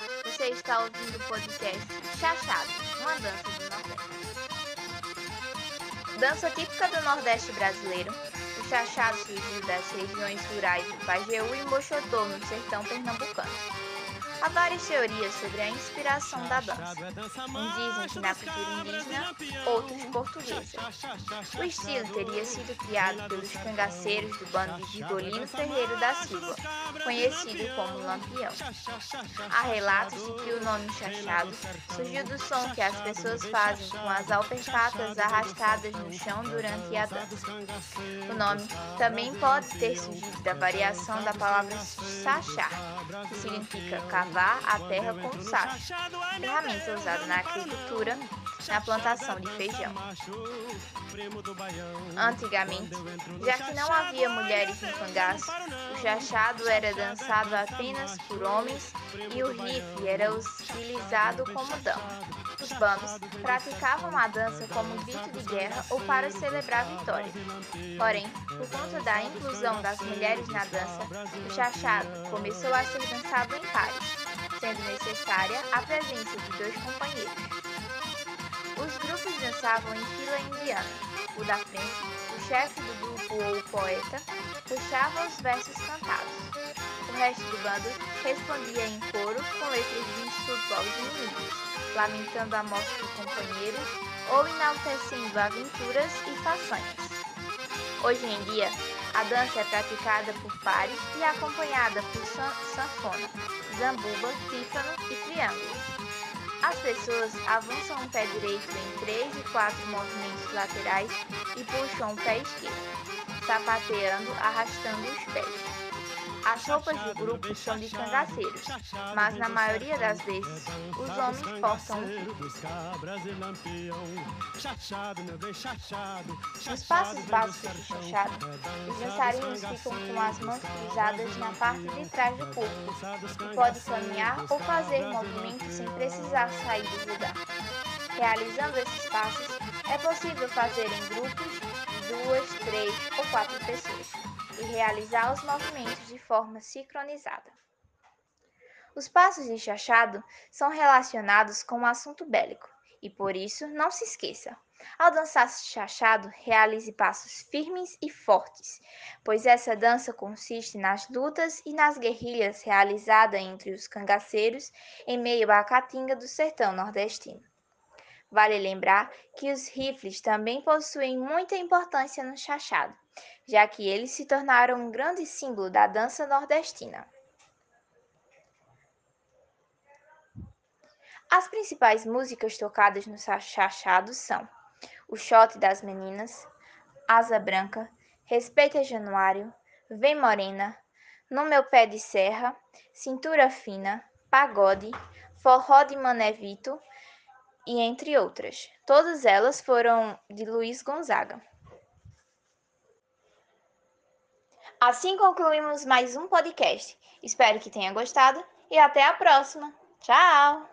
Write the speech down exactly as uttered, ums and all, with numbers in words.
Você está ouvindo o podcast Chachado, uma dança do Nordeste. Dança típica do Nordeste brasileiro, o chachado surgiu das regiões rurais do Pajeú e Moxodô, no sertão pernambucano. Há várias teorias sobre a inspiração da dança. Uns dizem que na cultura indígena, outros portuguesa. O estilo teria sido criado pelos cangaceiros do bando de Virgolino Ferreiro da Silva, conhecido como Lampião. Há relatos de que o nome chachado surgiu do som que as pessoas fazem com as alpercatas arrastadas no chão durante a dança. O nome também pode ter surgido da variação da palavra sachar, que significa cavar a terra com sacho, ferramenta usada na agricultura, na plantação de feijão. Antigamente, já que não havia mulheres no cangaço, o chachado era dançado apenas por homens e o rifle era utilizado como dama. Os bandos praticavam a dança como grito de guerra ou para celebrar vitória. Porém, por conta da inclusão das mulheres na dança, o chachado começou a ser dançado em pares, sendo necessária a presença de dois companheiros. Os grupos dançavam em fila indiana. O da frente, o chefe do grupo ou o poeta, puxava os versos cantados. O resto do bando respondia em coro com letras de insulto aos inimigos, lamentando a morte de companheiros ou enaltecendo aventuras e façanhas. Hoje em dia, a dança é praticada por pares e acompanhada por sanfona, zambuba, pífano e triângulo. As pessoas avançam o pé direito em três e quatro movimentos laterais e puxam o pé esquerdo, sapateando, arrastando os pés. As roupas do grupo são de cangaceiros, mas na maioria das vezes os homens portam o rifle. Nos passos básicos do chachado, os dançarinos ficam com as mãos cruzadas na parte de trás do corpo e pode caminhar ou fazer movimentos sem precisar sair do lugar. Realizando esses passos, é possível fazer em grupos de duas, três ou quatro pessoas e realizar os movimentos de forma sincronizada. Os passos de chachado são relacionados com o assunto bélico e, por isso, não se esqueça. Ao dançar chachado, realize passos firmes e fortes, pois essa dança consiste nas lutas e nas guerrilhas realizadas entre os cangaceiros em meio à caatinga do sertão nordestino. Vale lembrar que os rifles também possuem muita importância no chachado, já que eles se tornaram um grande símbolo da dança nordestina. As principais músicas tocadas no chachado são O Shot das Meninas, Asa Branca, Respeita Januário, Vem Morena, No Meu Pé de Serra, Cintura Fina, Pagode, Forró de Mané Vito, e entre outras. Todas elas foram de Luiz Gonzaga. Assim concluímos mais um podcast. Espero que tenha gostado e até a próxima. Tchau!